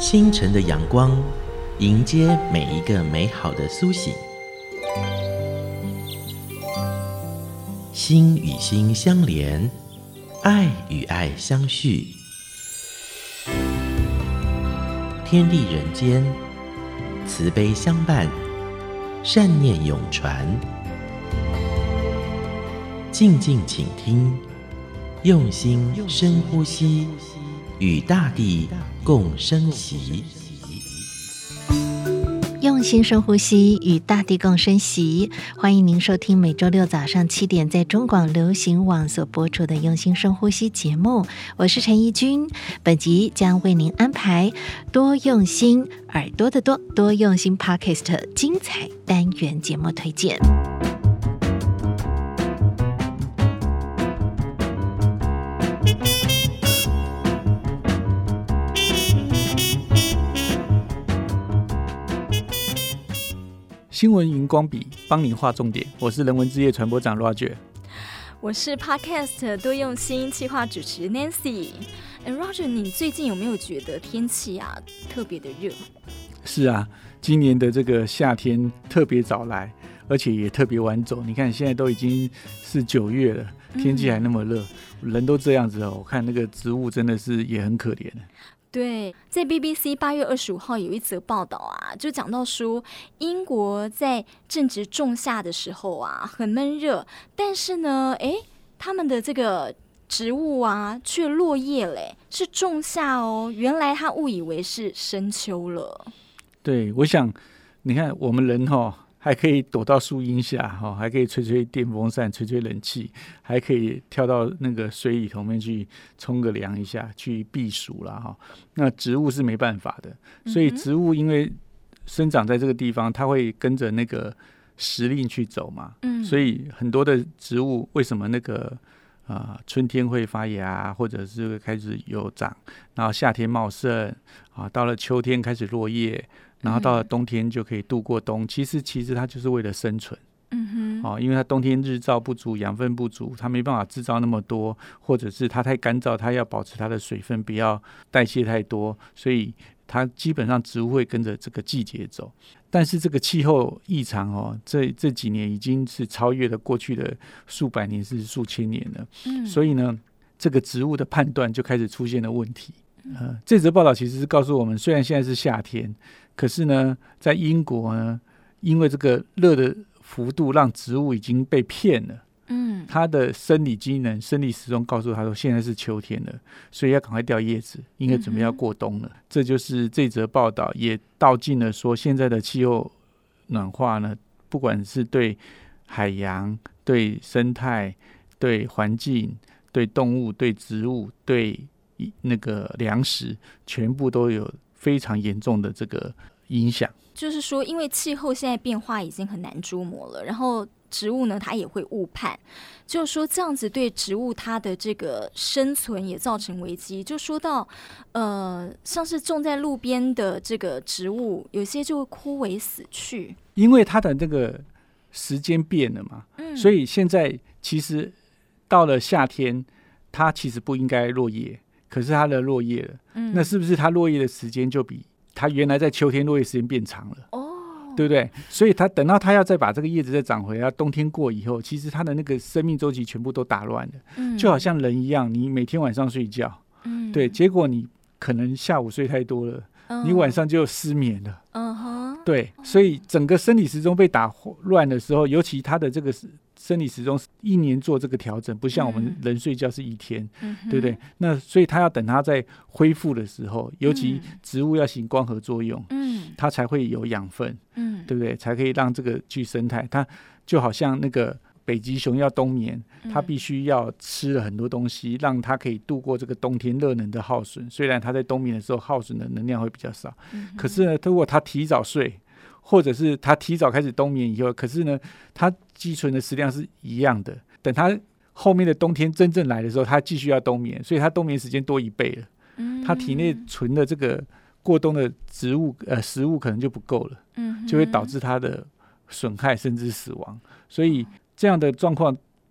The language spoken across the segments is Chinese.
清晨的阳光迎接每一个美好的苏醒，心与心相连，爱与爱相续，天地人间，慈悲相伴，善念永传。静静倾听，用心深呼吸，与大地共生息。 用心深呼吸，与大地共生息。欢迎您收听每周六早上7点在中广流行网所播出的用心深呼吸节目，我是陈怡君。本集将为您安排多用心耳朵的多用心 Podcast 精彩单元节目推荐。 新闻荧光笔帮你画重点，我是人文之夜传播长 Roger， 我是 Podcast 多用心企划主持 Nancy。Roger， 你最近有没有觉得天气特别的热？ 是啊，今年的这个夏天特别早来，而且也特别晚走。你看现在都已经是9月了，天气还那么热，人都这样子我看那个植物真的是也很可怜。 对，在 BBC 8月25号有一则报道就讲到说，英国在正值仲夏的时候很闷热，但是呢，他们的这个植物却落叶嘞，是仲夏哦，原来他误以为是深秋了。 对，我想你看我们人还可以躲到树荫下，还可以吹吹电风扇，吹吹冷气，还可以跳到那个水里头面去冲个凉一下，去避暑啦。那植物是没办法的，所以植物因为生长在这个地方，它会跟着那个时令去走嘛。所以很多的植物为什么那个春天会发芽，或者是开始有长，然后夏天茂盛到了秋天开始落叶，然后到了冬天就可以度过冬。其实它就是为了生存。因为它冬天日照不足，养分不足，它没办法制造那么多，或者是它太干燥，它要保持它的水分不要代谢太多，所以它基本上植物会跟着这个季节走。但是这个气候异常这几年已经是超越了过去的数百年甚至数千年了。所以呢，这个植物的判断就开始出现了问题。这则报道其实是告诉我们，虽然现在是夏天，可是呢，在英国呢，因为这个热的幅度让植物已经被骗了。它的生理机能、生理时钟告诉他说现在是秋天了，所以要赶快掉叶子，因为准备要过冬了。这就是这则报道也道尽了说，现在的气候暖化呢，不管是对海洋、对生态、对环境、对动物、对植物、对那个粮食，全部都有非常严重的这个影响。 就是说，因为气候现在变化已经很难捉摸了，然后植物呢，它也会误判，就是说这样子对植物它的这个生存也造成危机。就说到像是种在路边的这个植物，有些就会枯萎死去， 因为它的这个时间变了嘛。所以现在其实到了夏天，它其实不应该落叶，可是它的落叶了。那是不是它落叶的时间就比它原来在秋天落叶时间变长了？对不对？所以它等到它要再把这个叶子再长回来，冬天过以后，其实它的那个生命周期全部都打乱了。就好像人一样，你每天晚上睡觉，对，结果你可能下午睡太多了，你晚上就失眠了。对，所以整个生理时钟被打乱的时候，尤其它的这个生理时钟1年做这个调整，不像我们人睡觉是1天，对不对？那所以它要等它在恢复的时候，尤其植物要行光合作用，它才会有养分，对不对？才可以让这个具生态。它就好像那个北极熊要冬眠，它必须要吃了很多东西，让它可以度过这个冬天热能的耗损。虽然它在冬眠的时候耗损的能量会比较少，可是呢，如果它提早睡，或者是它提早开始冬眠以后，可是呢，它积存的食量是一样的。等它后面的冬天真正来的时候，它继续要冬眠，所以它冬眠时间多1倍了。它体内存的这个过冬的食物可能就不够了，就会导致它的损害甚至死亡。所以这样的状况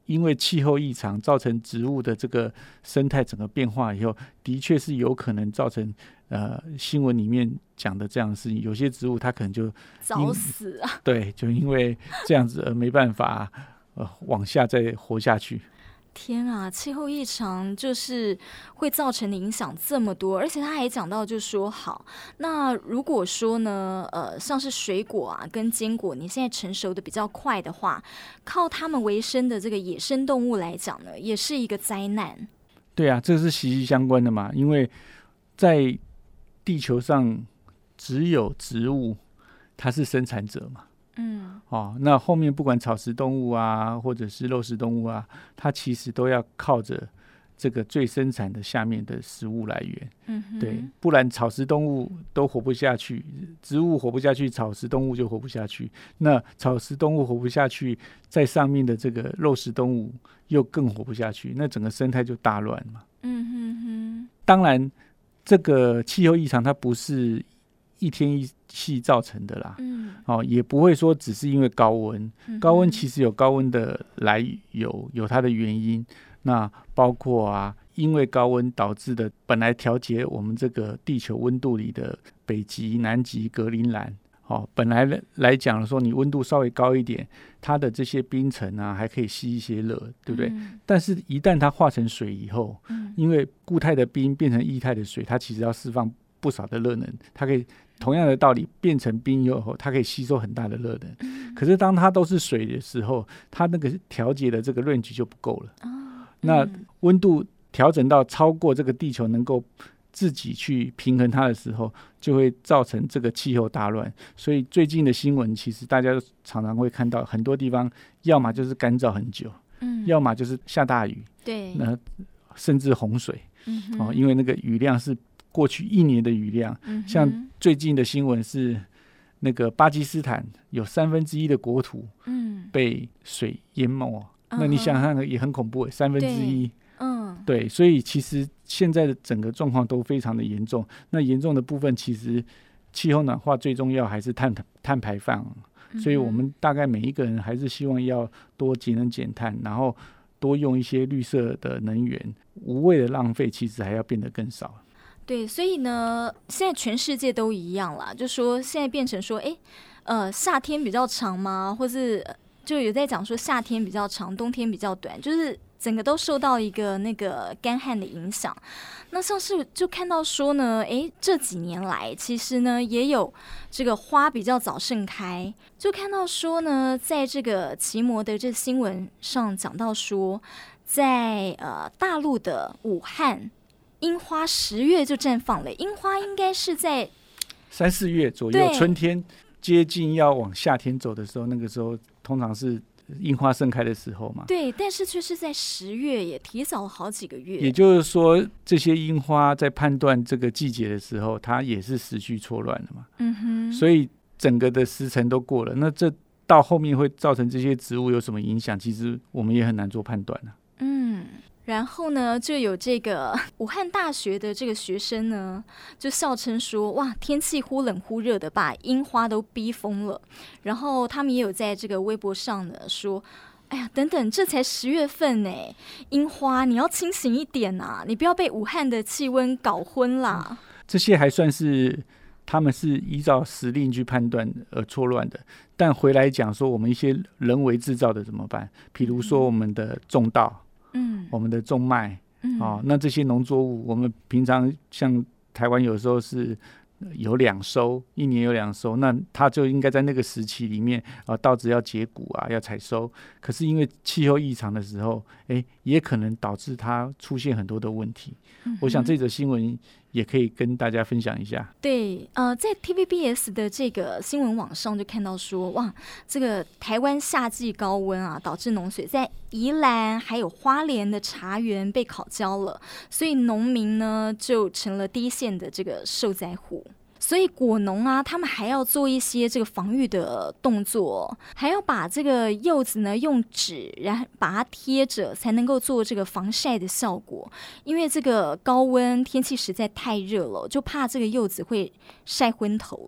因为气候异常造成植物的这个生态整个变化以后，的确是有可能造成新闻里面讲的这样的事情。有些植物它可能就早死啊， 对，就因为这样子而没办法往下再活下去。 天啊，气候异常就是会造成的影响这么多，而且他还讲到，就说好，那如果说呢，像是水果啊跟坚果，你现在成熟的比较快的话，靠它们为生的这个野生动物来讲呢，也是一个灾难。 对啊，这是息息相关的嘛，因为在地球上只有植物，它是生产者嘛。那后面不管草食动物啊，或者是肉食动物啊，它其实都要靠着这个最生产的下面的食物来源。对，不然草食动物都活不下去，植物活不下去，草食动物就活不下去。那草食动物活不下去，在上面的这个肉食动物又更活不下去，那整个生态就大乱嘛。当然，这个气候异常它不是一天一气造成的啦，也不会说只是因为高温，高温其实有高温的来由，有它的原因。那包括啊，因为高温导致的本来调节我们这个地球温度里的北极、南极、格陵兰，本来来讲说你温度稍微高一点，它的这些冰层啊还可以吸一些热，对不对？但是一旦它化成水以后，因为固态的冰变成液态的水，它其实要释放不少的热能，它可以同样的道理变成冰以后，它可以吸收很大的热能。可是当它都是水的时候，它那个调节的这个 range 就不够了。那温度调整到超过这个地球能够自己去平衡它的时候，就会造成这个气候大乱。所以最近的新闻其实大家常常会看到很多地方要么就是干燥很久，要么就是下大雨，对，甚至洪水，因为那个雨量是过去1年的雨量。像最近的新闻是那个巴基斯坦有1/3的国土被水淹没，那你想想也很恐怖，1/3。对，所以其实现在的整个状况都非常的严重。那严重的部分，其实气候暖化最重要还是碳排放，所以我们大概每一个人还是希望要多节能减碳，然后多用一些绿色的能源，无谓的浪费其实还要变得更少。 对，所以呢，现在全世界都一样啦，就说现在变成说，夏天比较长吗？或是就有在讲说夏天比较长，冬天比较短，就是整个都受到一个那个干旱的影响。那像是就看到说呢，这几年来其实呢也有这个花比较早盛开，就看到说呢，在这个奇摩的这新闻上讲到说，在大陆的武汉，樱花10月就绽放了。樱花应该是在 3、4月左右，春天接近要往夏天走的时候，那个时候通常是樱花盛开的时候嘛。对， 但是却是在10月，也提早了好几个月。 也就是说，这些樱花在判断这个季节的时候，它也是时序错乱了嘛。所以整个的时辰都过了，那这到后面会造成这些植物有什么影响，其实我们也很难做判断啊。 然后呢，就有这个武汉大学的这个学生呢，就笑称说，哇，天气忽冷忽热的，把樱花都逼疯了。然后他们也有在这个微博上呢说，哎呀，等等，这才10月份呢，樱花你要清醒一点啊，你不要被武汉的气温搞昏啦。 这些还算是他们是依照时令去判断而错乱的，但回来讲说，我们一些人为制造的怎么办？比如说我们的种稻。我们的种麦，那这些农作物，我们平常像台湾有时候是有2收，1年有2收，那它就应该在那个时期里面，稻子要结谷啊，要采收。可是因为气候异常的时候，也可能导致它出现很多的问题。我想这则新闻也可以跟大家分享一下。 对，在 TVBS 的这个新闻网上就看到说，哇，这个台湾夏季高温啊，导致农水在宜兰还有花莲的茶园被烤焦了，所以农民呢就成了第一线的这个受灾户。所以果农啊，他们还要做一些这个防御的动作，还要把这个柚子呢用纸然后把它贴着，才能够做这个防晒的效果。因为这个高温天气实在太热了，就怕这个柚子会晒昏头了。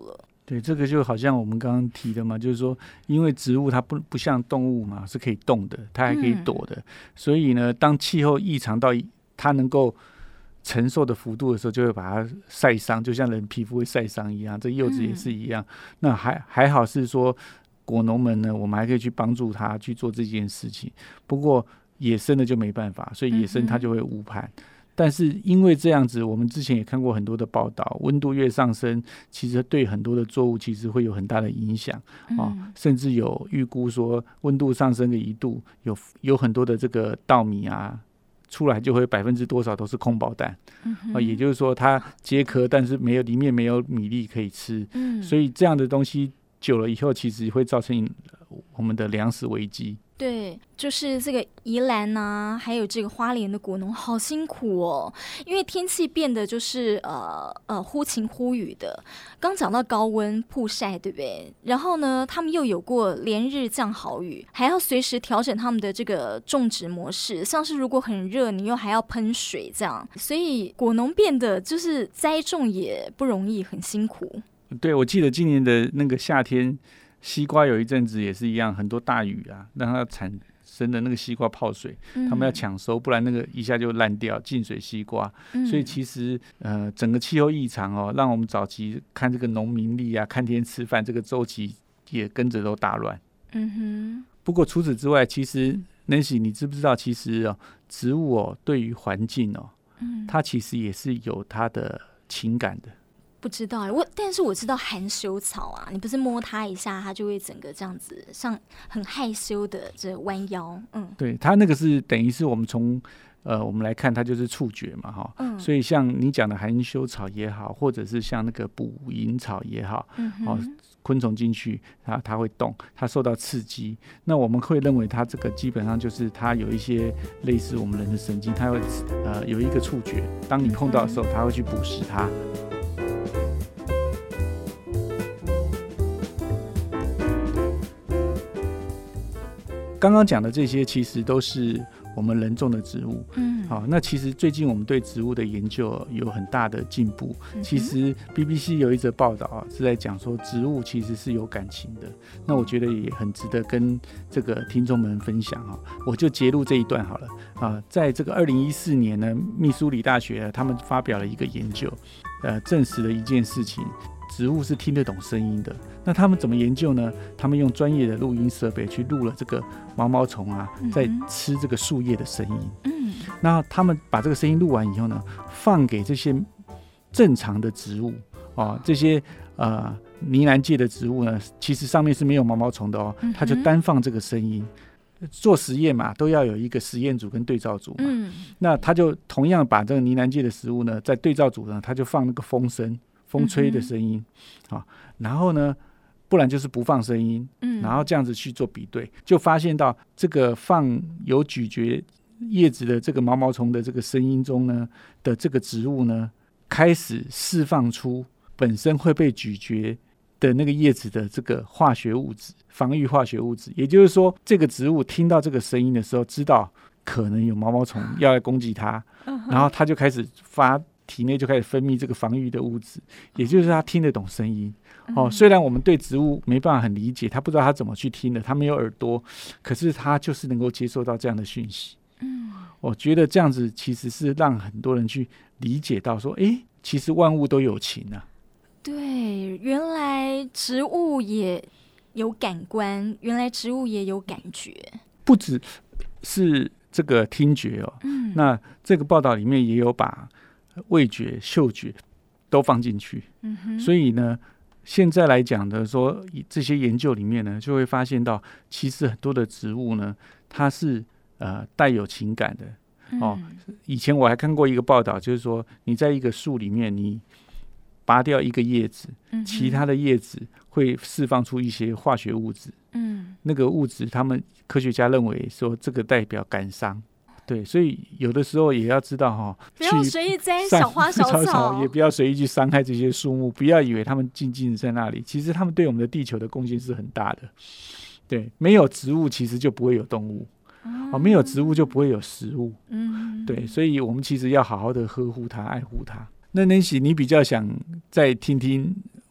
对，这个就好像我们刚刚提的嘛，就是说，因为植物它不像动物嘛，是可以动的，它还可以躲的，所以呢，当气候异常到它能够承受的幅度的时候，就会把它晒伤，就像人皮肤会晒伤一样，这柚子也是一样。那还好是说，果农们呢，我们还可以去帮助他去做这件事情。不过野生的就没办法，所以野生它就会误判。但是因为这样子，我们之前也看过很多的报道，温度越上升，其实对很多的作物其实会有很大的影响甚至有预估说温度上升个1度，有很多的这个稻米啊出来就会多少都是空包蛋也就是说它结壳，但是里面没有米粒可以吃所以这样的东西久了以后，其实会造成我们的粮食危机。 对，就是这个宜兰啊，还有这个花莲的果农好辛苦哦，因为天气变得就是忽晴忽雨的。刚讲到高温曝晒，对不对？然后呢，他们又有过连日降豪雨，还要随时调整他们的这个种植模式，像是如果很热，你又还要喷水这样，所以果农变得就是栽种也不容易，很辛苦。 对，我记得今年的那个夏天，西瓜有一阵子也是一样，很多大雨啊，让它产生的那个西瓜泡水，他们要抢收，不然那个一下就烂掉，进水西瓜。所以其实整个气候异常让我们早期看这个农民历啊，看天吃饭这个周期也跟着都大乱。不过除此之外，其实 Nancy 你知不知道，其实植物对于环境它其实也是有它的情感的。 不知道但是我知道含羞草啊，你不是摸它一下，它就会整个这样子，像很害羞的这弯腰。 对，它那个是等于是我们从我们来看，它就是触觉嘛所以像你讲的含羞草也好，或者是像那个捕蝇草也好，昆虫进去它会动，它受到刺激，那我们会认为它这个基本上就是它有一些类似我们人的神经，它会有一个触觉，当你碰到的时候，它会去捕食它。刚刚讲的这些其实都是我们人种的植物那其实最近我们对植物的研究有很大的进步其实 BBC 有一则报道是在讲说植物其实是有感情的，那我觉得也很值得跟这个听众们分享我就截录这一段好了在这个2014年呢，密苏里大学他们发表了一个研究证实了一件事情，植物是听得懂声音的。那他们怎么研究呢？他们用专业的录音设备去录了这个毛毛虫在吃这个树叶的声音那他们把这个声音录完以后呢，放给这些正常的植物这些呢喃界的植物呢，其实上面是没有毛毛虫的它就单放这个声音做实验嘛，都要有一个实验组跟对照组嘛那他就同样把这个呢喃界的植物呢，在对照组呢，他就放那个风声，风吹的声音然后呢不然就是不放声音然后这样子去做比对，就发现到这个放有咀嚼叶子的这个毛毛虫的这个声音中呢的这个植物呢，开始释放出本身会被咀嚼的那个叶子的这个化学物质，防御化学物质，也就是说这个植物听到这个声音的时候，知道可能有毛毛虫要来攻击它然后它就开始体内就开始分泌这个防御的物质，也就是它听得懂声音虽然我们对植物没办法很理解，它不知道它怎么去听的，它没有耳朵，可是它就是能够接受到这样的讯息我觉得这样子其实是让很多人去理解到说其实万物都有情对，原来植物也有感官，原来植物也有感觉， 不只是这个听觉那这个报道里面也有把味觉、嗅觉都放进去所以呢现在来讲的说，这些研究里面呢，就会发现到其实很多的植物呢，它是带有情感的以前我还看过一个报道，就是说你在一个树里面，你拔掉一个叶子其他的叶子会释放出一些化学物质那个物质他们科学家认为说这个代表感伤对，所以有的时候也要知道不要随意栽小花小草， 也不要随意去伤害这些树木，不要以为他们静静在那里，其实他们对我们的地球的贡献是很大的。对，没有植物其实就不会有动物没有植物就不会有食物对，所以我们其实要好好的呵护它，爱护它。那Nancy，你比较想再听听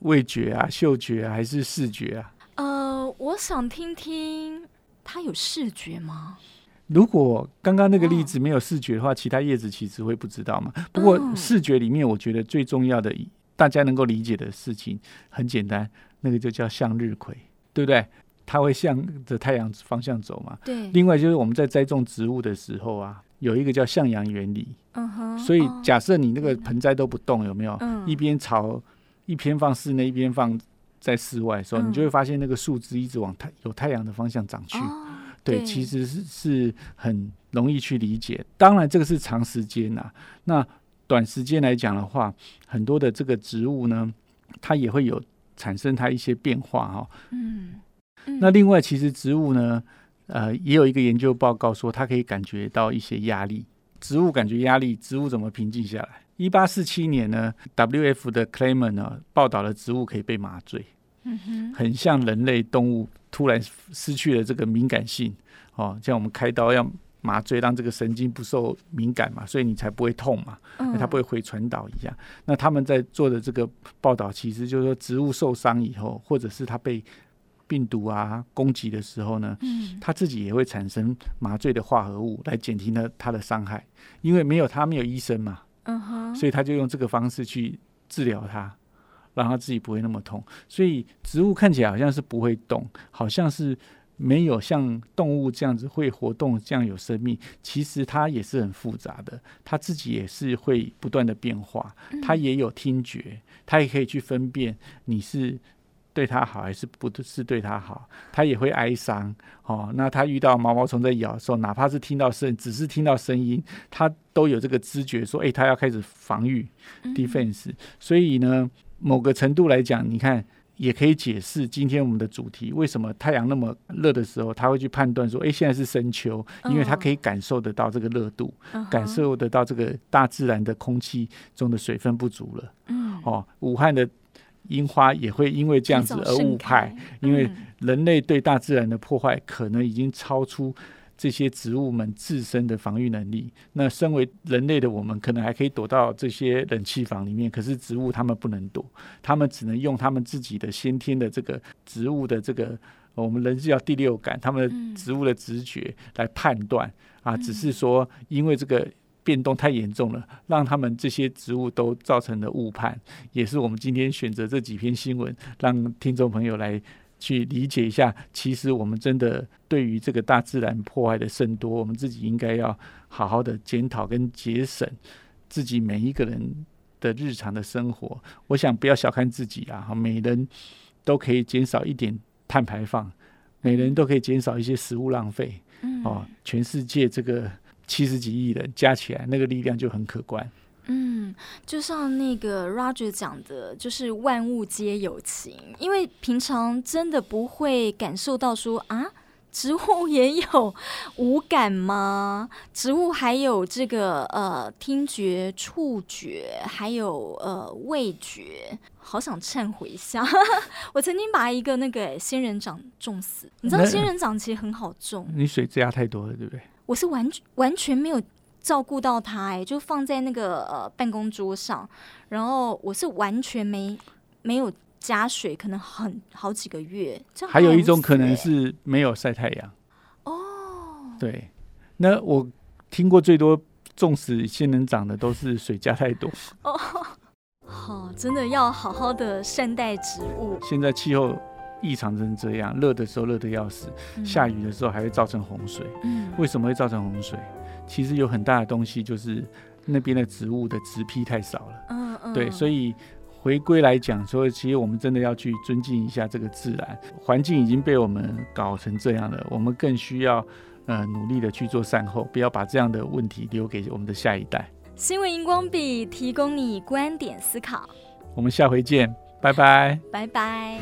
味觉啊、嗅觉啊，还是视觉啊？ 我想听听，它有视觉吗？ 如果刚刚那个例子没有视觉的话，其他叶子其实会不知道嘛。不过视觉里面，我觉得最重要的，大家能够理解的事情很简单，那个就叫向日葵，对不对？它会向着太阳方向走嘛。 对。 另外就是我们在栽种植物的时候啊，有一个叫向阳原理。所以假设你那个盆栽都不动，有没有？一边放室内，一边放在室外的时候，你就会发现那个树枝一直往有太阳的方向长去。对，其实是很容易去理解。当然这个是长时间啊，那短时间来讲的话，很多的这个植物呢，它也会有产生它一些变化那另外其实植物呢也有一个研究报告说它可以感觉到一些压力。植物感觉压力，植物怎么平静下来？1847年呢 WF 的 Clayman 呢报道了植物可以被麻醉，很像人类动物突然失去了这个敏感性像我们开刀要麻醉，让这个神经不受敏感嘛，所以你才不会痛嘛，它不会回传导一样。那他们在做的这个报道，其实就是说植物受伤以后，或者是它被病毒啊攻击的时候呢，它自己也会产生麻醉的化合物来减轻它的伤害，因为没有医生嘛，所以他就用这个方式去治疗它，让它自己不会那么痛。所以植物看起来好像是不会动，好像是没有像动物这样子会活动，这样有生命，其实它也是很复杂的，它自己也是会不断的变化，它也有听觉，它也可以去分辨你是对它好还是不是对它好，它也会哀伤那它遇到毛毛虫在咬的时候，哪怕是只是听到声音，它都有这个知觉说它要开始防御 defense。 所以呢某个程度来讲，你看也可以解释今天我们的主题，为什么太阳那么热的时候，它会去判断说现在是深秋，因为它可以感受得到这个热度，感受得到这个大自然的空气中的水分不足了。武汉的樱花也会因为这样子而误派，因为人类对大自然的破坏可能已经超出这些植物们自身的防御能力。那身为人类的我们可能还可以躲到这些冷气房里面，可是植物他们不能躲，他们只能用他们自己的先天的这个植物的这个我们人是叫第六感，他们的植物的直觉来判断只是说因为这个变动太严重了，让他们这些植物都造成了误判，也是我们今天选择这几篇新闻，让听众朋友来去理解一下，其实我们真的对于这个大自然破坏的甚多，我们自己应该要好好的检讨跟节省自己每一个人的日常的生活。我想不要小看自己每人都可以减少一点碳排放，每人都可以减少一些食物浪费全世界这个70几亿人加起来，那个力量就很可观。 就像那个 Roger 讲的，就是万物皆有情，因为平常真的不会感受到说植物也有五感吗？植物还有这个听觉、触觉，还有味觉。好想忏悔一下我曾经把一个那个仙人掌种死。你知道仙人掌其实很好种，你水加太多了对不对？ 我是完全没有照顾到它就放在那个办公桌上，然后我是完全没有加水，可能好几个月。这样还有一种可能是没有晒太阳对，那我听过最多种死仙人掌的都是水加太多真的要好好的善待植物。 现在气候异常成这样，热的时候热得要死，下雨的时候还会造成洪水。为什么会造成洪水？其实有很大的东西就是那边的植物的植批太少了。对，所以回归来讲说，其实我们真的要去尊敬一下这个自然环境，已经被我们搞成这样了，我们更需要努力的去做善后，不要把这样的问题留给我们的下一代。 新闻荧光笔提供你观点思考， 我们下回见，拜拜， 拜拜。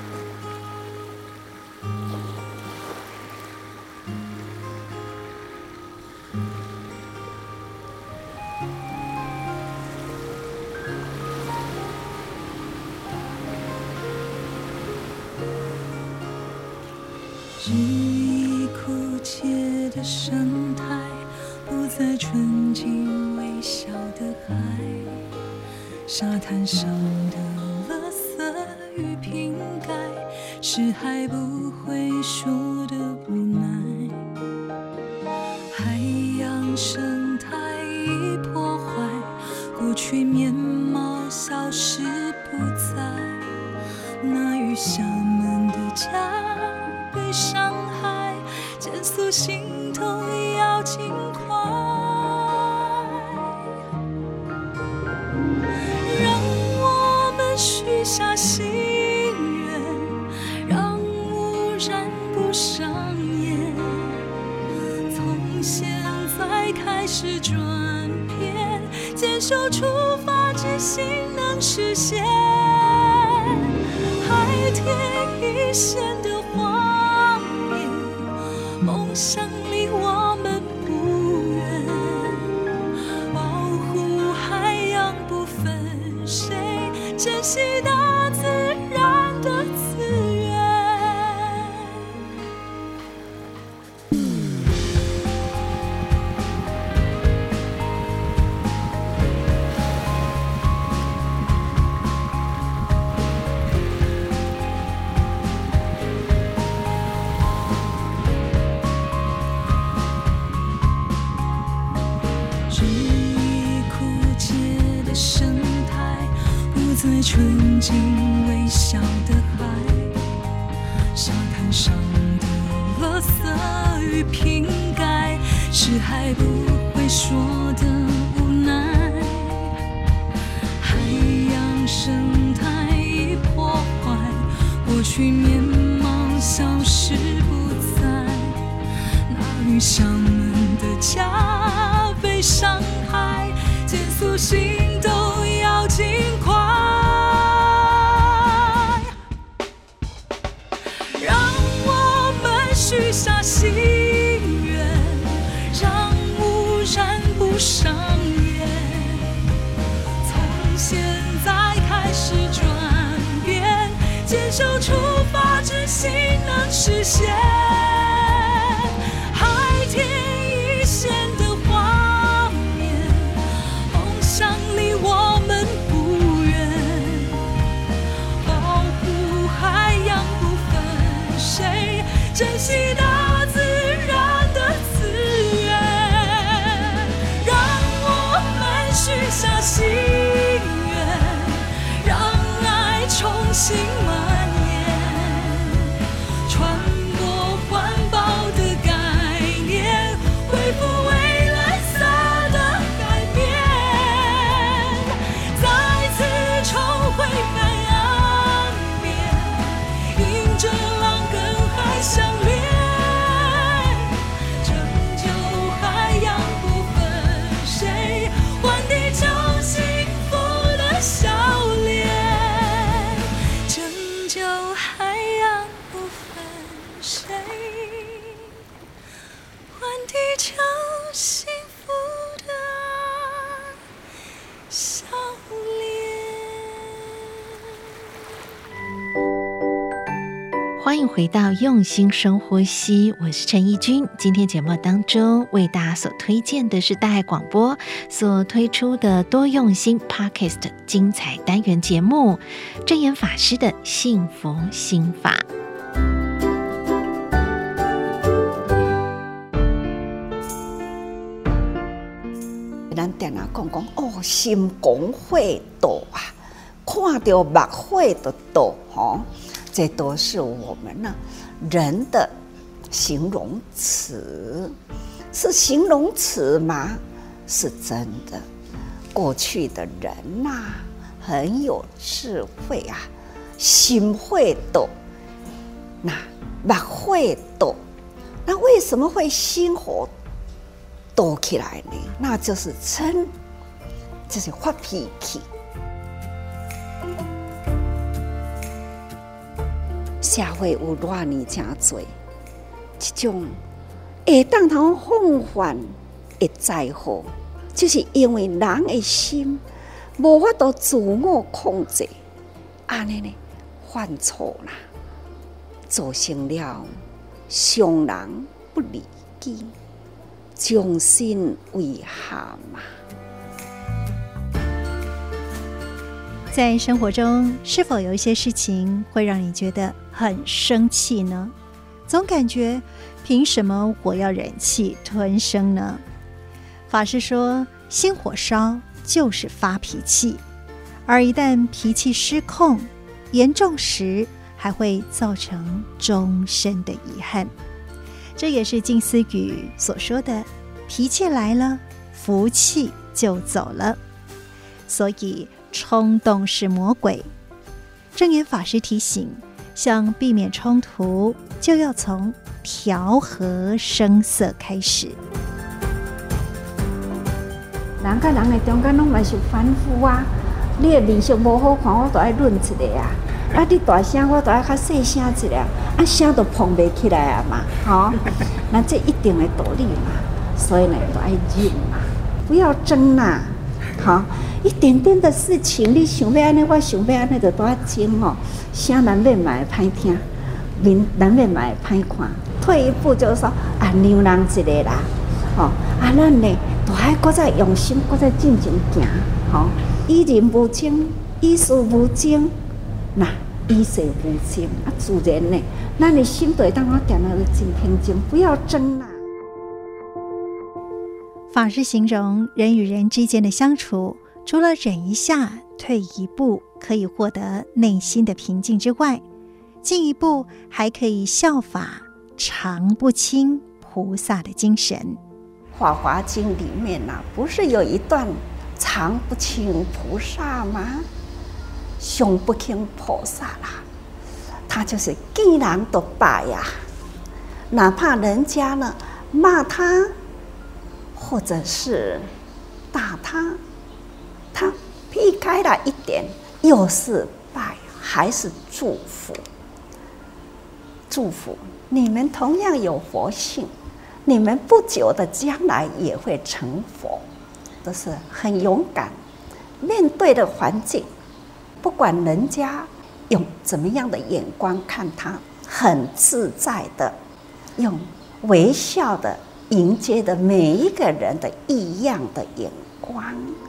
日益枯竭的生态，不再纯净微笑的海，沙滩上的垃圾是还不会说的无奈。海洋生态已破坏，过去面貌消失不在，那与厦门的家被伤害，减速心头要尽快。让我们许下心愿，让污染不上演，从现在开始转变，接受出发之心能实现。海天一线的画面，梦想离我们不远，保护海洋不分谁，珍惜大自然的资源。日益枯竭的生态，不再纯净微笑的海，沙滩上的垃圾与瓶盖，是还不会说的无奈。海洋生态已破坏，过去面貌消失不在，那与厦门的家被伤害，减速心都要尽快。让我们许下心愿，让污染不上演，从现在开始转变，接受出发之心能实现。海天一线的画面，梦想离我们不远，保护海洋不分谁，珍惜大自然的资源。让我们许下心愿，让爱重新蔓延，传播环保的概念，恢复未来色的改变，再次重回海岸边，迎着浪跟海相连，拯救海洋不分谁，还地球幸福的笑脸，拯救海洋不分谁，还地球幸福的笑脸。 欢迎回到用心深呼吸，我是陈怡君。今天节目当中为大家所推荐的是大爱广播所推出的多用心 Podcast 精彩单元节目真言法师的幸福心法。 咱定下讲哦，心公会道啊，看到目会的道哦，这都是我们呢人的形容词，是形容词吗？是真的。过去的人呐，很有智慧啊，心会道，那目会道，那为什么会心火多起来呢？那就是嗔，就是发脾气。社会有偌呢真多，这种会当通放缓的灾祸，就是因为人的心无法度自我控制，安尼呢犯错啦，造成了伤人不利己，将心为下嘛。 在生活中，是否有一些事情会让你觉得很生气呢？总感觉凭什么我要忍气吞声呢？法师说，心火烧就是发脾气，而一旦脾气失控，严重时还会造成终身的遗憾。这也是静思语所说的，脾气来了，福气就走了。所以冲动是魔鬼。正言法师提醒，想避免冲突，就要从调和声色开始。 人甲人的中间拢嘛是反复啊，你的面色无好看，我都爱润一个啊。啊，你大声，我都爱较细声一个，啊，声都捧袂起来啊嘛，吼。那这一定的道理嘛，所以呢，都爱忍嘛，不要争啦，好，一点点的事情，你想要安尼，我想要安尼，就都爱争哦。声难免嘛会歹听，面难免嘛会歹看。退一步就是说，啊，让人一个啦，吼，啊，咱呢，都爱搁再用心，搁再进前行，吼，以人无争，以事无争。那以事无争啊，自然呢，咱的心就会当我定了真平静，不要争啦。 法师形容人与人之间的相处，除了忍一下、退一步可以获得内心的平静之外，进一步还可以效法常不轻菩萨的精神。《 法华经》里面啊，不是有一段常不轻菩萨吗？常不轻菩萨啦，他就是见人都拜呀，哪怕人家呢骂他，或者是打他，他避开了一点，又是拜，还是祝福。祝福你们同样有佛性，你们不久的将来也会成佛，都是很勇敢面对的环境。不管人家用怎么样的眼光看他，很自在的用微笑的迎接的每一个人的异样的眼光。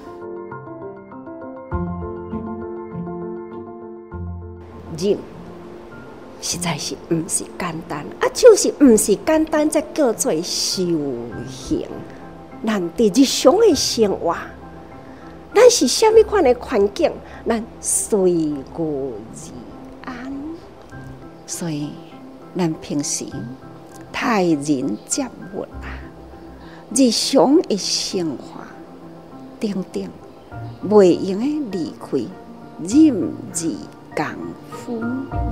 忍实在是不是简单啊，就是不是简单，才叫做修行。咱在日常的生活，咱是什么款的环境，咱随遇而安。所以咱平时待人接物啊，日常的生活等等，袂用的离开任意功夫。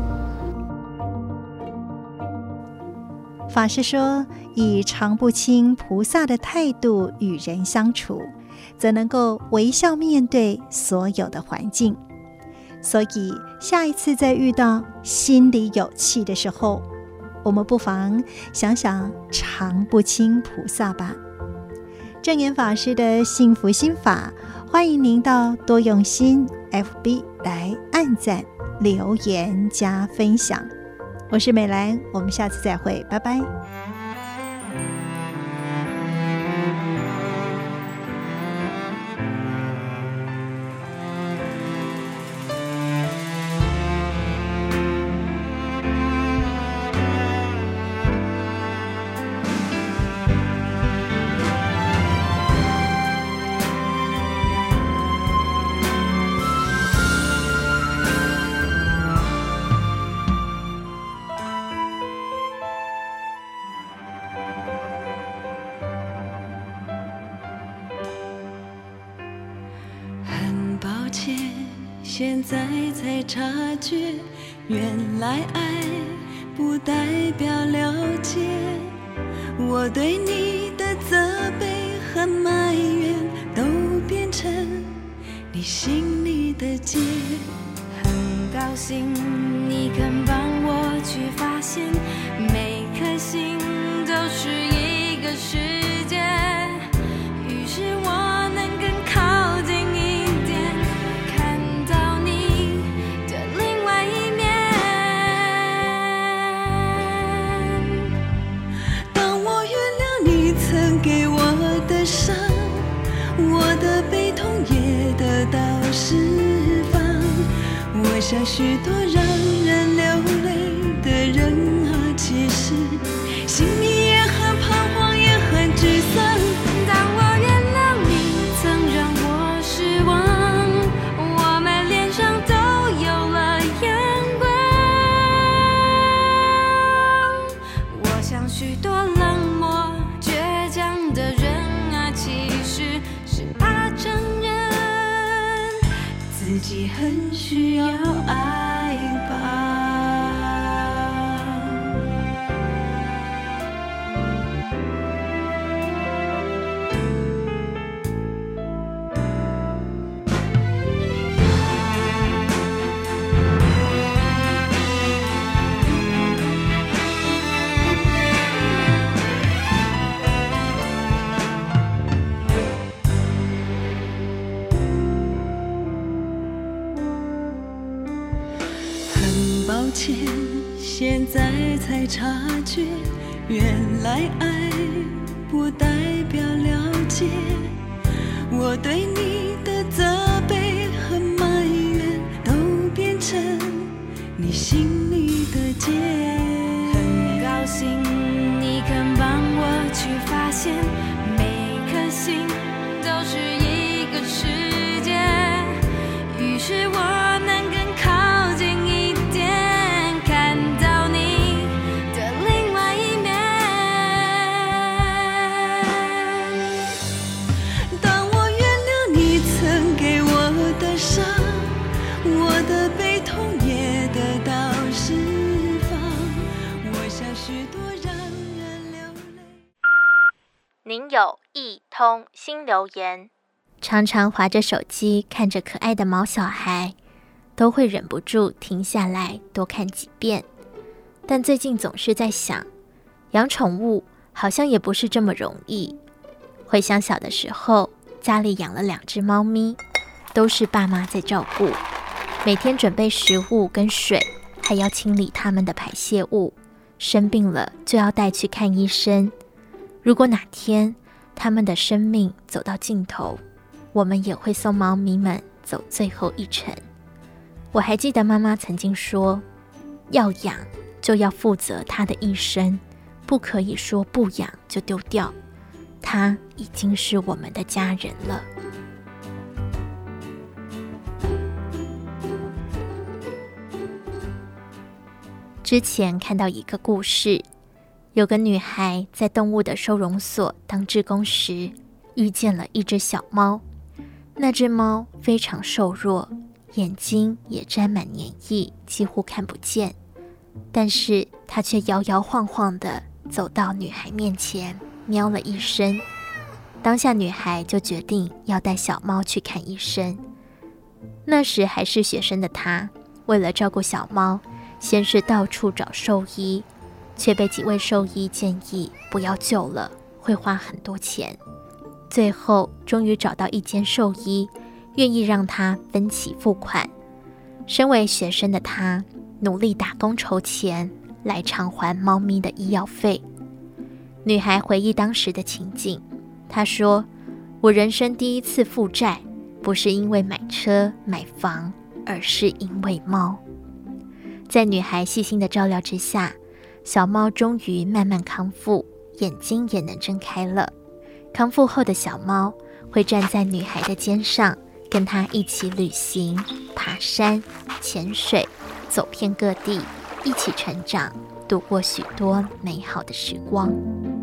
法师说，以常不轻菩萨的态度与人相处，则能够微笑面对所有的环境。所以下一次再遇到心里有气的时候，我们不妨想想常不轻菩萨吧。正言法师的幸福心法，欢迎您到多用心 FB 来按赞、留言加分享。我是美兰，我们下次再会，拜拜。 现在才察觉，原来爱不代表了解。我对你的责备和埋怨，都变成你心里的结。 很高兴你肯帮我去发现，每颗心都是一个世界。于是我能更靠近一点，看到你的另外一面。 当我原谅你曾给我的伤，我的悲痛也得到释放。 想许多让人流泪的人啊，其实心里也很彷徨，也很沮丧。 当我原谅你曾让我失望，我们脸上都有了阳光。我想许多冷漠倔强的人啊，其实是怕承认自己很需要爱吧。抱歉，现在才察觉，原来爱不代表了解。我对你的责备和埋怨，都变成你心里的结。 很高兴你肯帮我去发现，每颗心都是一个世界。于是我能更靠近一点，看到你的另外一面。 当我原谅你曾给我的伤，我的悲痛也得到释放。我想许多让人流泪。 您有一通新留言。常常滑着手机看着可爱的毛小孩，都会忍不住停下来多看几遍。但最近总是在想，养宠物好像也不是这么容易。回想小的时候，家里养了2只猫咪，都是爸妈在照顾，每天准备食物跟水，还要清理它们的排泄物，生病了就要带去看医生。如果哪天它们的生命走到尽头，我们也会送猫咪们走最后一程。我还记得妈妈曾经说，要养就要负责它的一生，不可以说不养就丢掉，它已经是我们的家人了。之前看到一个故事，有个女孩在动物的收容所当志工时，遇见了一只小猫。那只猫非常瘦弱，眼睛也沾满黏液，几乎看不见。但是它却摇摇晃晃地走到女孩面前，喵了一声。当下女孩就决定要带小猫去看医生。那时还是学生的她，为了照顾小猫，先是到处找兽医，却被几位兽医建议不要救了，会花很多钱。最后终于找到一间兽医，愿意让他分期付款。身为学生的他，努力打工筹钱来偿还猫咪的医药费。女孩回忆当时的情景，她说，我人生第一次负债，不是因为买车买房，而是因为猫。在女孩细心的照料之下，小猫终于慢慢康复，眼睛也能睁开了。康复后的小猫会站在女孩的肩上，跟她一起旅行、爬山、潜水，走遍各地，一起成长，度过许多美好的时光。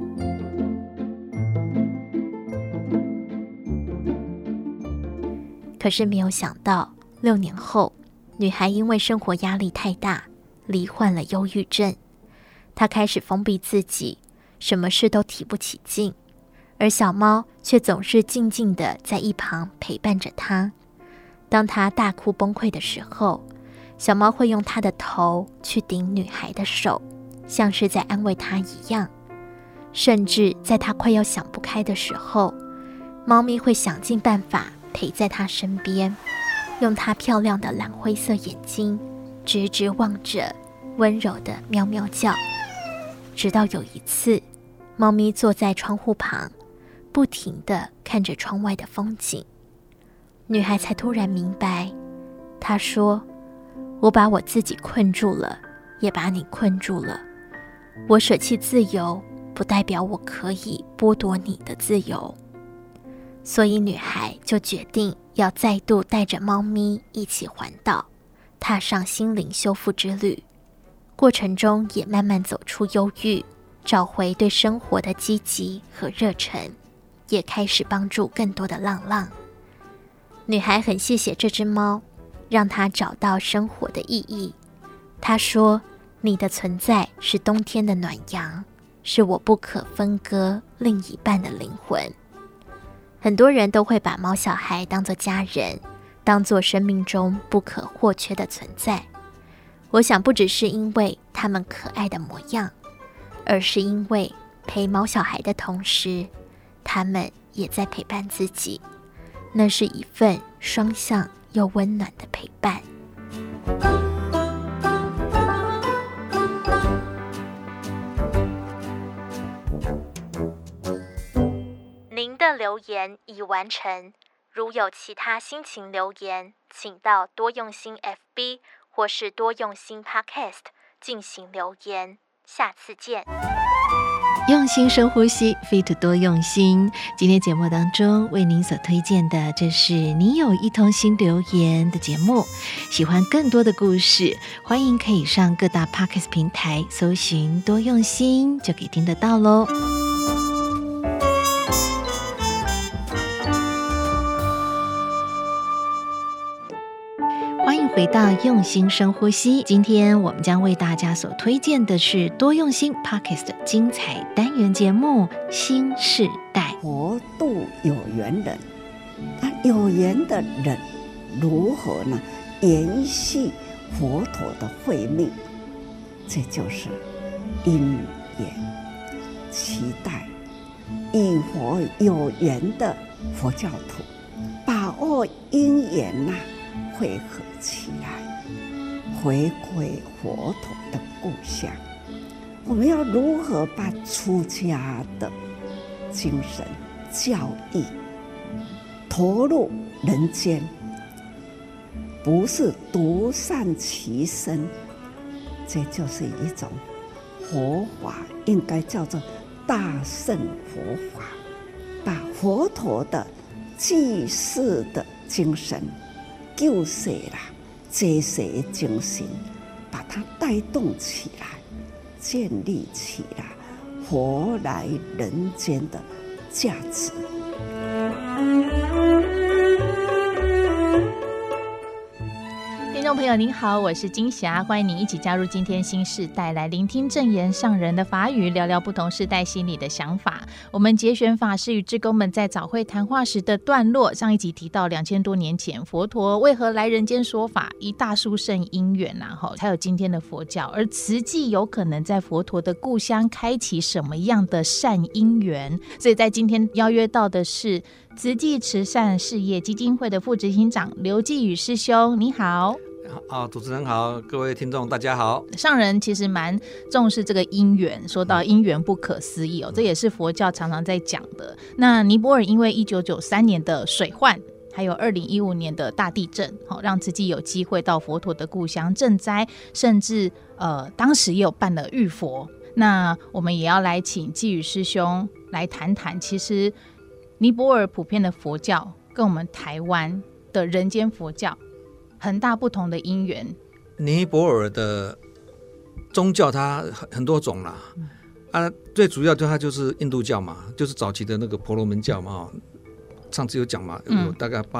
可是没有想到，6年后，女孩因为生活压力太大，罹患了忧郁症。她开始封闭自己，什么事都提不起劲。而小猫却总是静静地在一旁陪伴着它。当它大哭崩溃的时候，小猫会用它的头去顶女孩的手，像是在安慰她一样。甚至在它快要想不开的时候，猫咪会想尽办法陪在它身边，用它漂亮的蓝灰色眼睛直直望着，温柔的喵喵叫。直到有一次，猫咪坐在窗户旁，不停地看着窗外的风景，女孩才突然明白。她说， 我把我自己困住了，也把你困住了。我舍弃自由，不代表我可以剥夺你的自由。所以女孩就决定要再度带着猫咪一起环岛，踏上心灵修复之旅。过程中也慢慢走出忧郁，找回对生活的积极和热忱，也开始帮助更多的浪浪。女孩很谢谢这只猫，让她找到生活的意义。她说，你的存在是冬天的暖阳，是我不可分割另一半的灵魂。很多人都会把猫小孩当作家人，当作生命中不可或缺的存在。我想不只是因为他们可爱的模样，而是因为陪猫小孩的同时，他们也在陪伴自己。那是一份双向又温暖的陪伴。您的留言已完成，如有其他心情留言，请到多用心 FB 或是多用心 Podcast 进行留言。下次见。 用心深呼吸 ，Fit 多用心。今天节目当中为您所推荐的，这是你有一通心留言的节目。喜欢更多的故事，欢迎可以上各大 Podcast 平台搜寻多用心，就可以听得到咯。欢迎回到用心深呼吸，今天我们将为大家所推荐的是多用心 Podcast 的精彩单元节目《新世代》。 佛度有缘人，那有缘的人如何呢？延续佛陀的慧命，这就是因缘。期待与佛有缘的佛教徒，把握因缘呐，汇合起来，回归佛陀的故乡。我们要如何把出家的精神教义投入人间？不是独善其身，这就是一种佛法，应该叫做大乘佛法，把佛陀的济世的精神、救世啦、济世的精神，把它带动起来，建立起来活来人间的价值。 听众朋友您好，我是金霞，欢迎您一起加入今天新世代，来聆听正言上人的法语，聊聊不同世代心里的想法。我们节选法师与志工们在早会谈话时的段落，上一集提到2000多年前佛陀为何来人间说法，以大殊胜因缘才有今天的佛教，而慈济有可能在佛陀的故乡开启什么样的善因缘。所以在今天邀约到的是慈济慈善事业基金会的副执行长刘继宇师兄，你好。 主持人好，各位听众大家好。 上人其实蛮重视这个因缘，说到因缘不可思议这也是佛教常常在讲的。那尼泊尔因为1993年的水患，还有2015年的大地震，让慈济有机会到佛陀的故乡赈灾，甚至当时也有办了浴佛。那我们也要来请继宇师兄来谈谈，其实尼泊尔普遍的佛教跟我们台湾的人间佛教很大不同的因缘。 尼泊尔的宗教它很多种啦，最主要它就是印度教嘛，就是早期的那个婆罗门教嘛，上次有讲嘛，有大概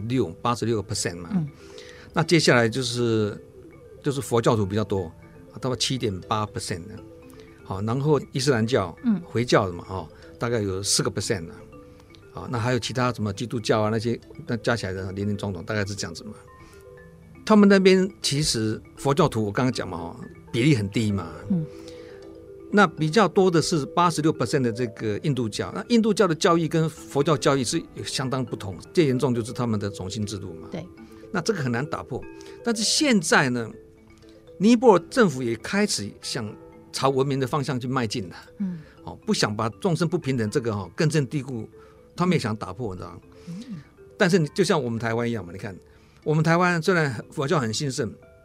86% 嘛，那接下来就是佛教徒比较多，大概7.8%，好，然后伊斯兰教、回教的嘛，大概有4%，那还有其他什么基督教啊那些，那加起来的林林总总大概是这样子嘛。他们那边其实佛教徒我刚刚讲嘛，比例很低嘛，那比较多的是86% 的这个印度教。那印度教的教义跟佛教教义是相当不同，最严重就是他们的种姓制度嘛。 对， 那这个很难打破。但是现在呢，尼泊尔政府也开始想朝文明的方向去迈进了。不想把众生不平等这个根深蒂固，他们也想打破，你知道吗？但是就像我们台湾一样嘛，你看。我们台湾虽然佛教很兴盛，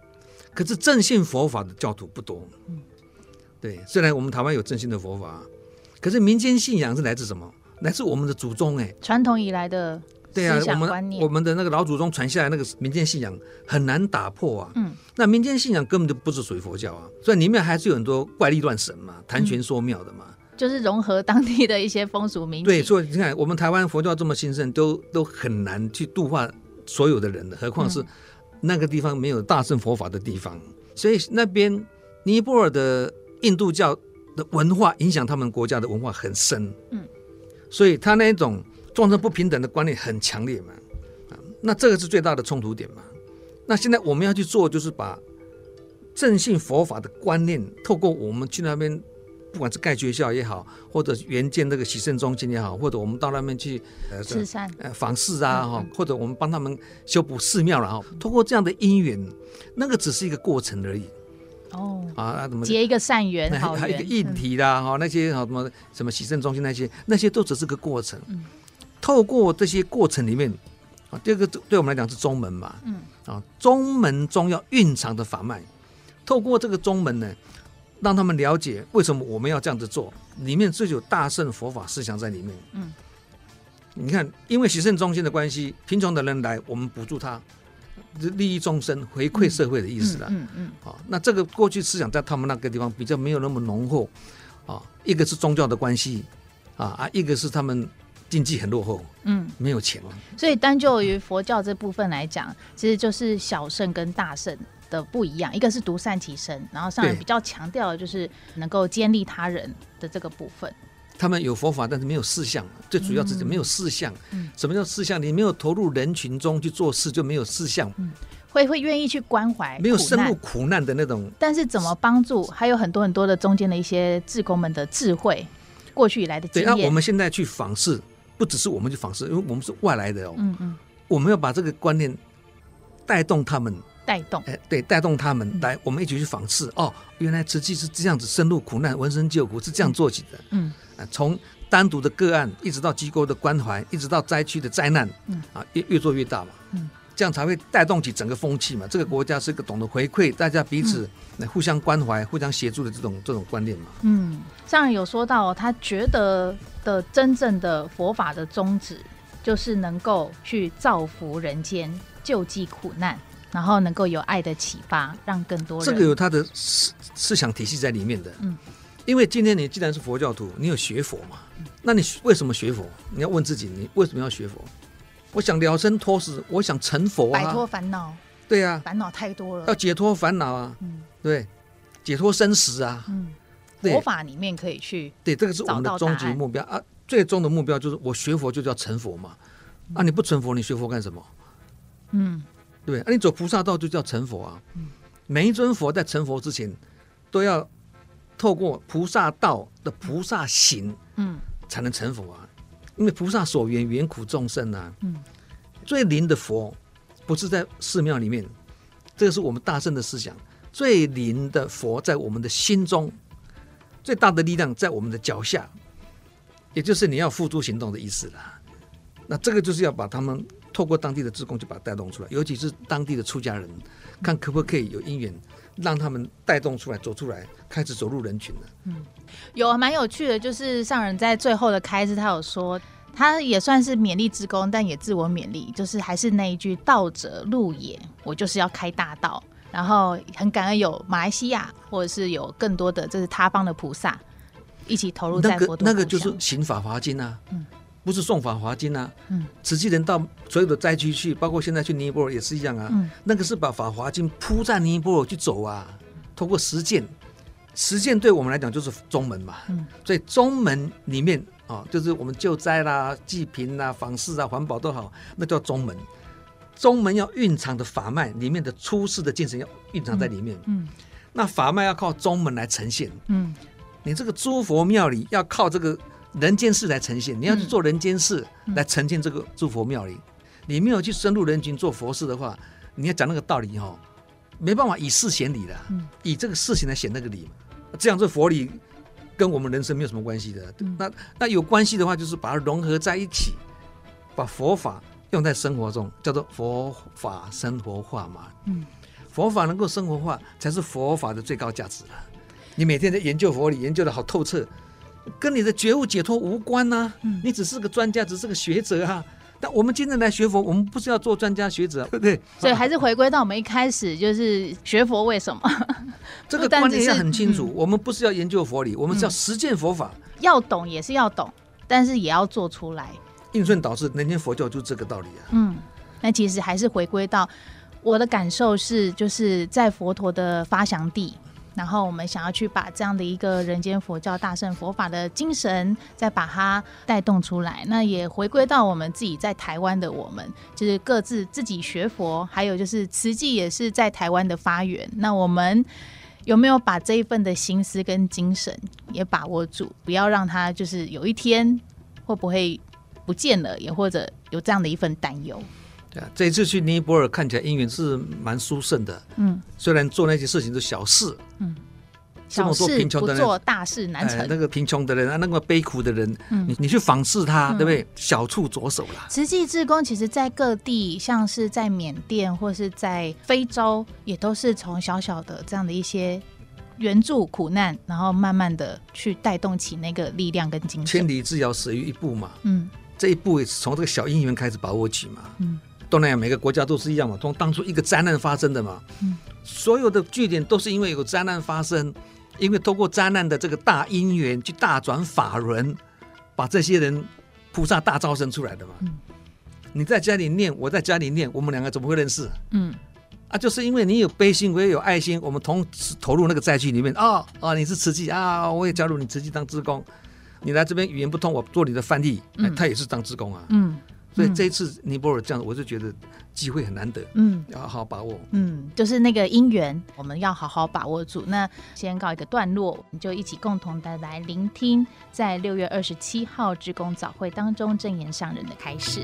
可是正信佛法的教徒不多。对，虽然我们台湾有正信的佛法，可是民间信仰是来自什么？来自我们的祖宗传统以来的对啊， 思想观念， 我们的那个老祖宗传下来那个民间信仰很难打破啊。那民间信仰根本就不是属于佛教啊，所以里面还是有很多怪力乱神嘛，谈玄说妙的嘛。 就是融合当地的一些风俗民情。 对，所以你看，我们台湾佛教这么兴盛，都很难去度化所有的人的，何况是那个地方没有大乘佛法的地方。所以那边尼泊尔的印度教的文化影响他们国家的文化很深。所以他那种众生不平等的观念很强烈嘛。那这个是最大的冲突点嘛。那现在我们要去做，就是把正信佛法的观念，透过我们去那边。不管是盖学校也好，或者援建那个洗肾中心也好，或者我们到那边去慈善访视啊，或者我们帮他们修补寺庙了，通过这样的因缘，那个只是一个过程而已。 结一个善缘，好缘， 还有一个议题啦，那些什么洗肾中心那些都只是个过程。透过这些过程里面，这个对我们来讲是宗门嘛，宗门中要蕴藏的法脉，透过这个宗门呢。让他们了解为什么我们要这样子做，里面是有大乘佛法思想在里面。你看，因为洗肾中心的关系，贫穷的人来，我们补助他，利益众生、回馈社会的意思啦。那这个过去思想在他们那个地方比较没有那么浓厚一个是宗教的关系一个是他们经济很落后，没有钱。 所以单就于佛教这部分来讲，其实就是小乘跟大乘的不一样，一个是独善其身，然后上人比较强调的就是能够兼利他人的这个部分。 他们有佛法，但是没有事项，最主要是没有事项。什么叫事项？你没有投入人群中去做事，就没有事项。 会愿意去关怀， 没有深入苦难的那种。 但是怎么帮助，还有很多很多的中间的一些志工们的智慧，过去以来的经验。 对，那我们现在去访视，不只是我们去访视，因为我们是外来的我们要把这个观念带动他们。带动他们来，我们一起去访视。原来慈济是这样子深入苦难、闻声救苦，是这样做起的。从单独的个案，一直到机构的关怀，一直到灾区的灾难，越做越大嘛。这样才会带动起整个风气嘛。这个国家是一个懂得回馈大家彼此互相关怀、互相协助的这种观念嘛。 上人有说到，他觉得的真正的佛法的宗旨，就是能够去造福人间，救济苦难。然后能够有爱的启发，让更多人。 这个有他的思想体系在里面的。因为今天你既然是佛教徒，你有学佛嘛？那你为什么学佛？你要问自己，你为什么要学佛？我想了生脱死，我想成佛摆脱烦恼。 对啊， 烦恼太多了， 要解脱烦恼啊。对，解脱生死啊。 佛法里面可以去对，这个是我们的终极目标啊。最终的目标就是我学佛就叫成佛嘛。你不成佛，你学佛干什么？对，你走菩萨道就叫成佛啊。每一尊佛在成佛之前，都要透过菩萨道的菩萨行，才能成佛啊。因为菩萨所缘缘苦众生啊。最灵的佛不是在寺庙里面，这个是我们大乘的思想。最灵的佛在我们的心中，最大的力量在我们的脚下，也就是你要付诸行动的意思啦。那这个就是要把他们透过当地的志工就把它带动出来，尤其是当地的出家人，看可不可以有因缘让他们带动出来，走出来，开始走入人群了。 有蛮有趣的，就是上人在最后的开示，他有说，他也算是勉励志工，但也自我勉励，就是还是那一句道者路也，我就是要开大道。然后很感恩有马来西亚或者是有更多的这是他方的菩萨一起投入在佛陀那个就是行法华经啊。不是送法华经啊。慈济人到所有的灾区去，包括现在去尼泊尔也是一样啊。那个是把法华经铺在尼泊尔去走啊，通过实践对我们来讲就是宗门嘛。所以宗门里面就是我们救灾啦、济贫啦、访视啊、环保都好，那叫宗门。宗门要蕴藏的法脉里面的出世的精神要蕴藏在里面。那法脉要靠宗门来呈现。你这个诸佛庙里要靠这个人间事来呈现，你要去做人间事来呈现这个诸佛庙里。你没有去深入人群做佛事的话，你要讲那个道理没办法以事显理的，以这个事情来显那个理，这样这佛理跟我们人生没有什么关系的。那有关系的话，就是把它融合在一起，把佛法用在生活中，叫做佛法生活化嘛。 佛法能够生活化，才是佛法的最高价值了。你每天在研究佛理，研究的好透彻，跟你的觉悟解脱无关啊。你只是个专家，只是个学者啊。但我们今天来学佛，我们不是要做专家学者，对不对？ 所以还是回归到我们一开始就是学佛为什么？ 这个观念要很清楚。我们不是要研究佛理，我们是要实践佛法。 要懂也是要懂，但是也要做出来。 应顺导师，人间佛教就是这个道理啊。 那其实还是回归到我的感受是，就是在佛陀的发祥地，然后我们想要去把这样的一个人间佛教大乘佛法的精神再把它带动出来。那也回归到我们自己在台湾的我们，就是各自自己学佛，还有就是慈济也是在台湾的发源。那我们有没有把这一份的心思跟精神也把握住，不要让它就是有一天会不会不见了，也或者有这样的一份担忧。 对啊，这一次去尼泊尔看起来因缘是蛮殊胜的。虽然做那些事情是小事， 小事不做大事难成。 那个贫穷的人，那个悲苦的人，你去访视他，对不对？小处着手啦。 慈济志工其实在各地，像是在缅甸或是在非洲，也都是从小小的这样的一些援助苦难，然后慢慢的去带动起那个力量跟精神。 千里之遥始于一步嘛。这一步从这个小因缘开始把握起嘛。东南亚每个国家都是一样嘛，从当初一个灾难发生的嘛。所有的据点都是因为有灾难发生，因为透过灾难的这个大因缘去大转法轮，把这些人菩萨大招生出来的嘛。你在家里念，我在家里念，我们两个怎么会认识？就是因为你有悲心，我也有爱心，我们同时投入那个灾区里面。你是慈济啊，我也加入你慈济当志工。你来这边语言不通，我做你的翻译，他也是当志工啊。所以这一次尼泊尔这样，我就觉得机会很难得，要好好把握。 就是那个因缘，我们要好好把握住。那先告一个段落，我们就一起共同的来聆听，在6月27号志工早会当中证严上人的开示。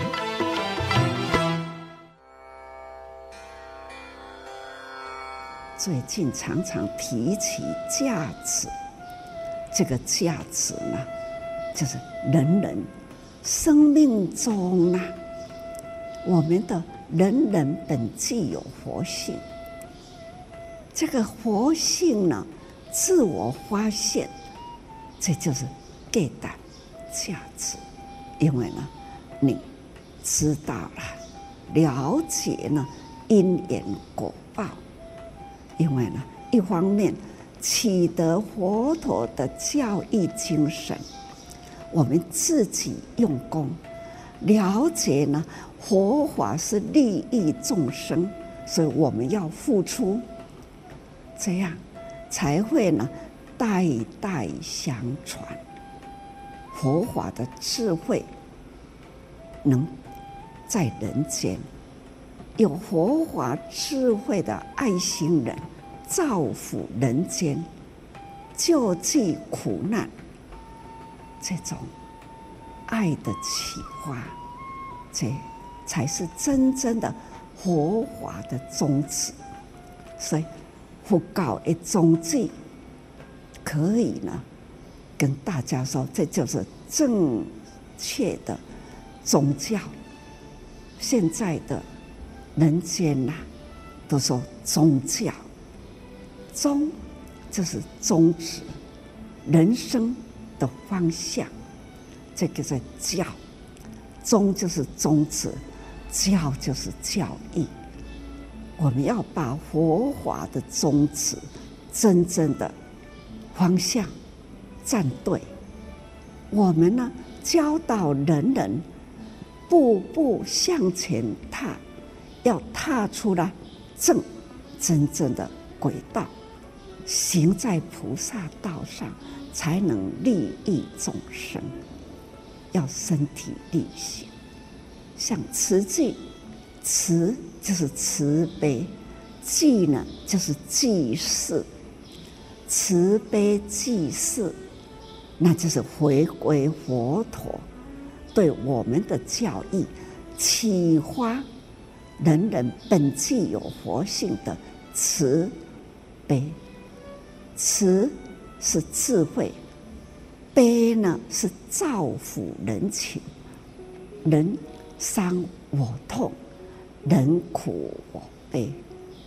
最近常常提起价值，这个价值呢，就是人人生命中呢，我们的人人本具有活性。这个活性呢，自我发现，这就是价值。因为呢，你知道了、了解呢因缘果报。因为呢，一方面取得佛陀的教育精神，我们自己用功，了解呢佛法是利益众生，所以我们要付出，这样才会呢代代相传，佛法的智慧能在人间。有佛法智慧的爱心人，造福人间，救济苦难，这种爱的启发，这才是真正的佛法的宗旨。所以佛教的宗旨，可以呢跟大家说，这就是正确的宗教。现在的人间都说宗教，宗就是宗旨，人生的方向，这个是教。宗就是宗旨，教就是教义。我们要把佛法的宗旨真正的方向站对，我们呢教导人人步步向前踏，要踏出了真正的轨道，行在菩萨道上，才能利益众生。要身体力行，像慈济，慈就是慈悲，济呢就是济世，慈悲济世，那就是回归佛陀对我们的教义，启发人人本具有活性的慈悲。慈是智慧，悲呢是造福人情。人伤我痛，人苦我悲，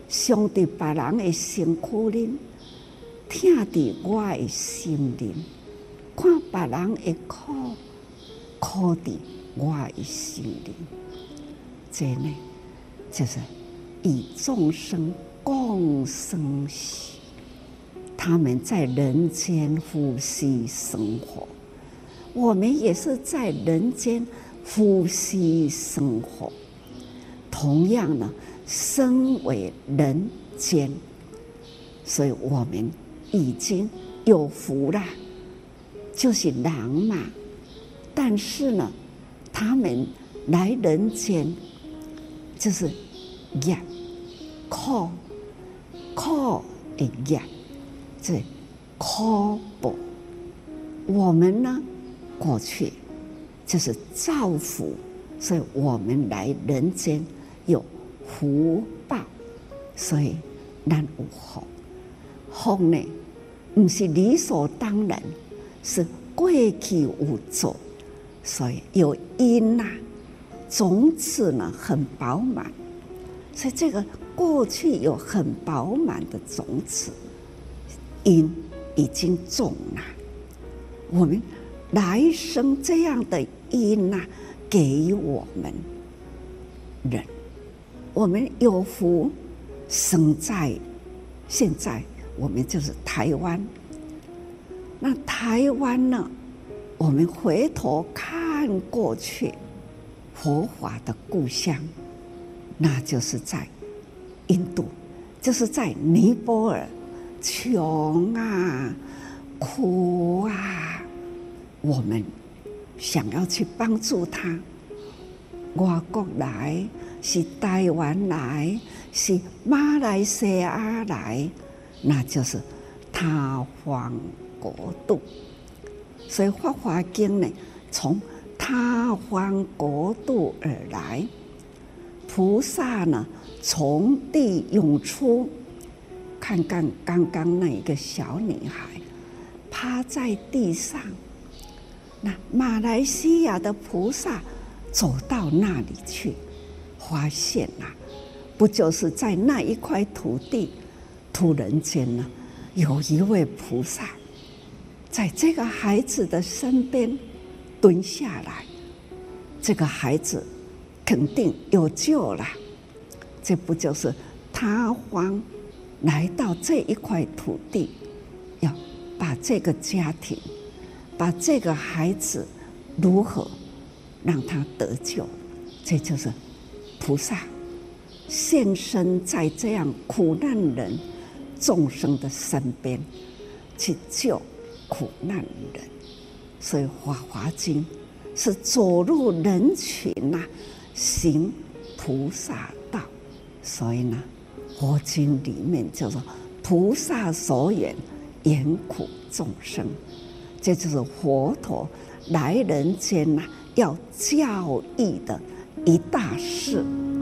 伤伫别人的身躯里，疼伫我的心里，看别人的苦，苦伫我的心里。这呢，就是与众生共生死。他们在人间呼吸生活，我们也是在人间呼吸生活。同样呢，身为人间，所以我们已经有福了，就是人嘛。但是呢，他们来人间就是业苦，苦的业，这苦报。我们呢，过去就是造福，所以我们来人间有福报，所以咱有福。福呢，不是理所当然，是过去有做，所以有因啊，种子呢很饱满，所以这个过去有很饱满的种子，因已经种了。我们来生这样的因啊，给我们人，我们有福生在现在，我们就是台湾。那台湾呢，我们回头看过去，佛法的故乡，那就是在印度，就是在尼泊尔，穷啊，苦啊，我们想要去帮助他。外国来，是台湾来，是马来西亚来，那就是他方国度。所以《法华经》呢，从他方国度而来，菩萨呢从地涌出。看看刚刚那一个小女孩趴在地上，那马来西亚的菩萨走到那里去，发现啊，不就是在那一块土地，突然间呢，有一位菩萨在这个孩子的身边蹲下来，这个孩子肯定有救了。这不就是他方来到这一块土地，要把这个家庭，把这个孩子如何让他得救？这就是菩萨现身在这样苦难人众生的身边，去救苦难人。所以《法华经》是走入人群啊，行菩萨道。所以呢，佛经里面叫做菩萨所言，言苦众生，这就是佛陀来人间呐，要教育的一大事。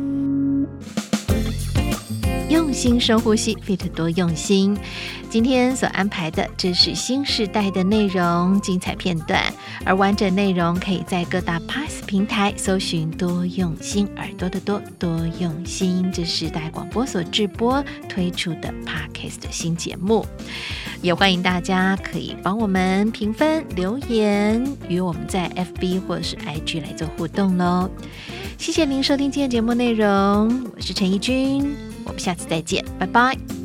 用心深呼吸 ，Fit 多用心。今天所安排的，这是新时代的内容精彩片段，而完整内容可以在各大 Podcast 平台搜寻“多用心”，耳朵的多，多用心。这是时代广播所制播推出的 Podcast 的新节目，也欢迎大家可以帮我们评分、留言，与我们在 FB 或者是 IG 来做互动喽。谢谢您收听今天节目内容，我是陈怡君。我们下次再见，拜拜。